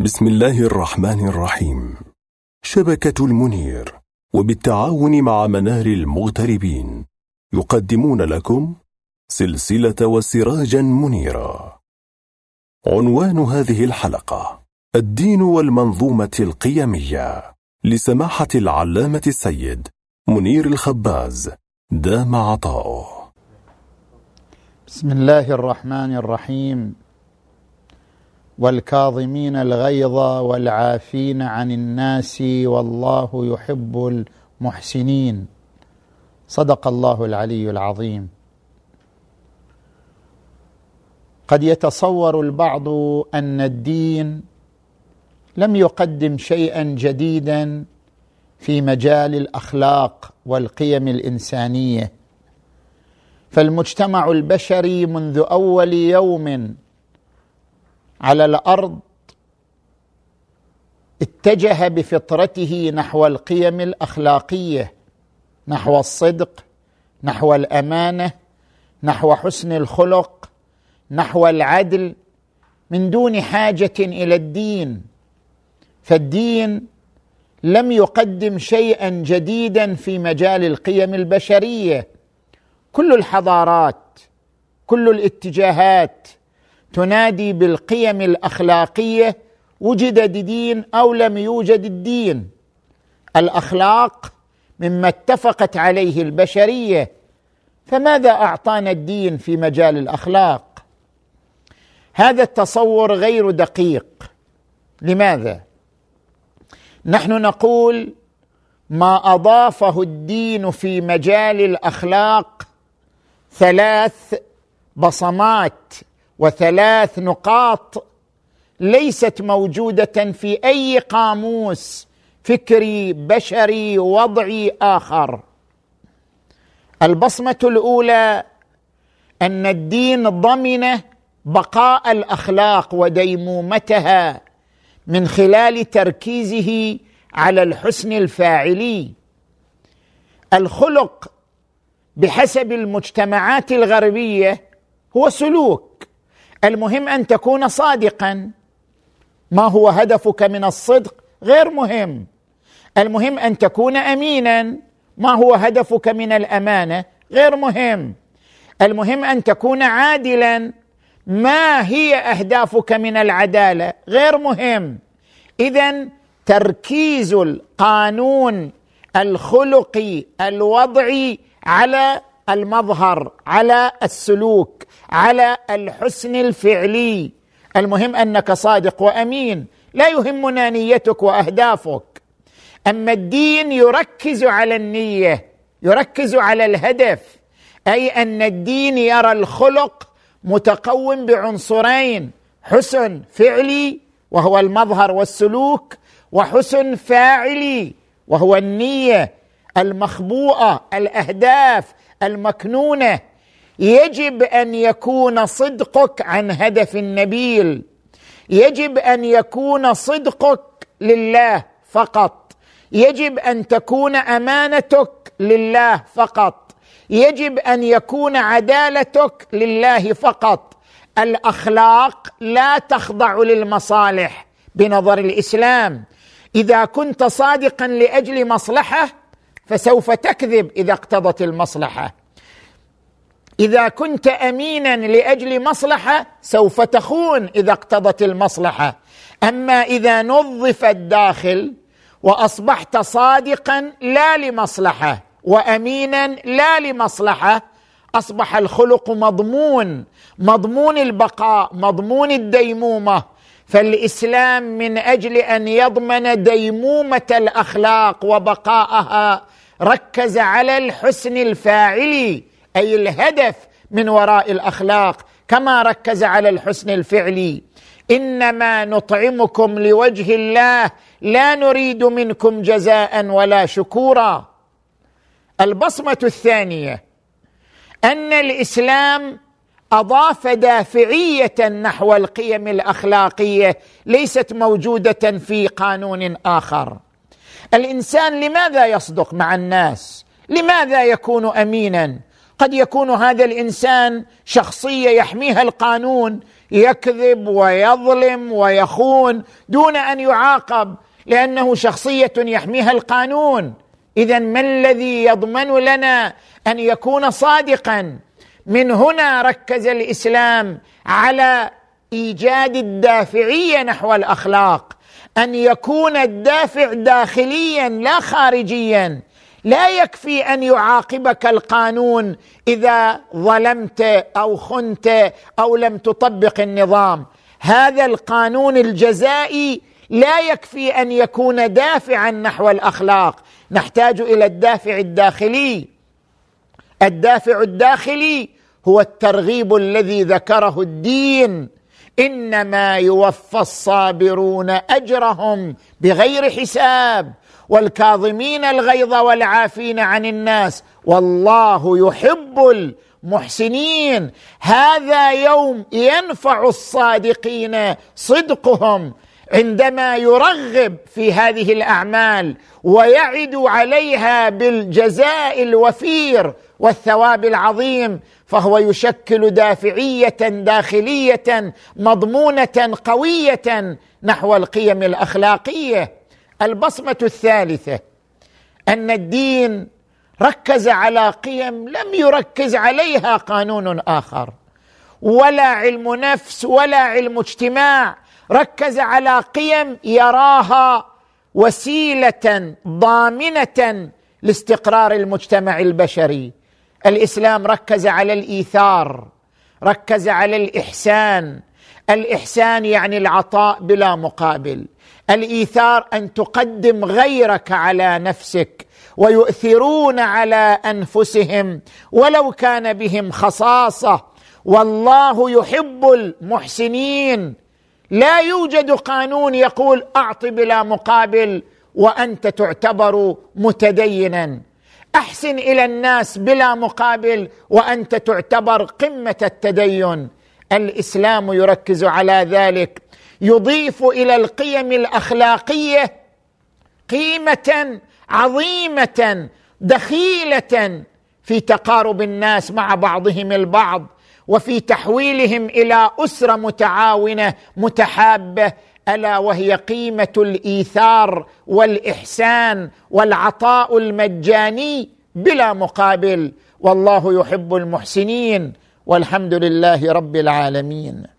بسم الله الرحمن الرحيم. شبكة المنير وبالتعاون مع منار المغتربين يقدمون لكم سلسلة وسراجا منيرا. عنوان هذه الحلقة: الدين والمنظومة القيمية، لسماحة العلامة السيد منير الخباز دام عطاؤه. بسم الله الرحمن الرحيم. والكاظمين الغيظ والعافين عن الناس والله يحب المحسنين. صدق الله العلي العظيم. قد يتصور البعض أن الدين لم يقدم شيئا جديدا في مجال الأخلاق والقيم الإنسانية، فالمجتمع البشري منذ أول يوم على الأرض اتجه بفطرته نحو القيم الأخلاقية، نحو الصدق، نحو الأمانة، نحو حسن الخلق، نحو العدل، من دون حاجة إلى الدين. فالدين لم يقدم شيئا جديدا في مجال القيم البشرية. كل الحضارات، كل الاتجاهات تنادي بالقيم الأخلاقية، وجد الدين أو لم يوجد الدين. الأخلاق مما اتفقت عليه البشرية، فماذا أعطانا الدين في مجال الأخلاق؟ هذا التصور غير دقيق. لماذا؟ نحن نقول ما أضافه الدين في مجال الأخلاق 3 بصمات و3 نقاط ليست موجودة في أي قاموس فكري بشري وضعي آخر. البصمة الأولى أن الدين ضمن بقاء الأخلاق وديمومتها من خلال تركيزه على الحسن الفاعلي. الخلق بحسب المجتمعات الغربية هو سلوك. المهم أن تكون صادقا. ما هو هدفك من الصدق غير مهم. المهم أن تكون أمينا. ما هو هدفك من الأمانة غير مهم. المهم أن تكون عادلا. ما هي أهدافك من العدالة غير مهم. إذن تركيز القانون الخلقي الوضعي على المظهر، على السلوك، على الحسن الفعلي. المهم أنك صادق وأمين، لا يهمنا نيتك وأهدافك. أما الدين يركز على النية، يركز على الهدف، أي أن الدين يرى الخلق متقوم بعنصرين: حسن فعلي وهو المظهر والسلوك، وحسن فاعلي وهو النية المخبوءة، الأهداف المكنونة. يجب أن يكون صدقك عن هدف نبيل، يجب أن يكون صدقك لله فقط، يجب أن تكون أمانتك لله فقط، يجب أن يكون عدالتك لله فقط. الأخلاق لا تخضع للمصالح بنظر الإسلام. إذا كنت صادقا لأجل مصلحة فسوف تكذب إذا اقتضت المصلحة. إذا كنت أمينا لأجل مصلحة سوف تخون إذا اقتضت المصلحة. أما إذا نظف الداخل وأصبحت صادقا لا لمصلحة وأمينا لا لمصلحة، أصبح الخلق مضمون البقاء، مضمون الديمومة. فالإسلام من أجل أن يضمن ديمومة الأخلاق وبقاءها ركز على الحسن الفاعلي، أي الهدف من وراء الأخلاق، كما ركز على الحسن الفعلي. إنما نطعمكم لوجه الله لا نريد منكم جزاء ولا شكورا. البصمة الثانية أن الإسلام أضاف دافعية نحو القيم الأخلاقية ليست موجودة في قانون آخر. الإنسان لماذا يصدق مع الناس؟ لماذا يكون أمينا؟ قد يكون هذا الإنسان شخصية يحميها القانون، يكذب ويظلم ويخون دون أن يعاقب لأنه شخصية يحميها القانون. إذن ما الذي يضمن لنا أن يكون صادقا؟ من هنا ركز الإسلام على إيجاد الدافعية نحو الأخلاق، أن يكون الدافع داخليا لا خارجيا. لا يكفي أن يعاقبك القانون إذا ظلمت أو خنت أو لم تطبق النظام. هذا القانون الجزائي لا يكفي أن يكون دافعا نحو الأخلاق، نحتاج إلى الدافع الداخلي. الدافع الداخلي هو الترغيب الذي ذكره الدين: إنما يوفى الصابرون أجرهم بغير حساب والكاظمين الغيظ والعافين عن الناس والله يحب المحسنين. هذا يوم ينفع الصادقين صدقهم عندما يرغب في هذه الأعمال ويعد عليها بالجزاء الوفير والثواب العظيم، فهو يشكل دافعية داخلية مضمونة قوية نحو القيم الأخلاقية. البصمة الثالثة أن الدين ركز على قيم لم يركز عليها قانون آخر، ولا علم نفس ولا علم اجتماع. ركز على قيم يراها وسيلة ضامنة لاستقرار المجتمع البشري. الإسلام ركز على الإيثار، ركز على الإحسان. الإحسان يعني العطاء بلا مقابل. الإيثار أن تقدم غيرك على نفسك، ويؤثرون على أنفسهم ولو كان بهم خصاصة، والله يحب المحسنين. لا يوجد قانون يقول أعط بلا مقابل وأنت تعتبر متدينا، أحسن إلى الناس بلا مقابل وأنت تعتبر قمة التدين. الإسلام يركز على ذلك، يضيف إلى القيم الأخلاقية قيمة عظيمة دخيلة في تقارب الناس مع بعضهم البعض، وفي تحويلهم إلى أسرة متعاونة متحابة، ألا وهي قيمة الإيثار والإحسان والعطاء المجاني بلا مقابل. والله يحب المحسنين، والحمد لله رب العالمين.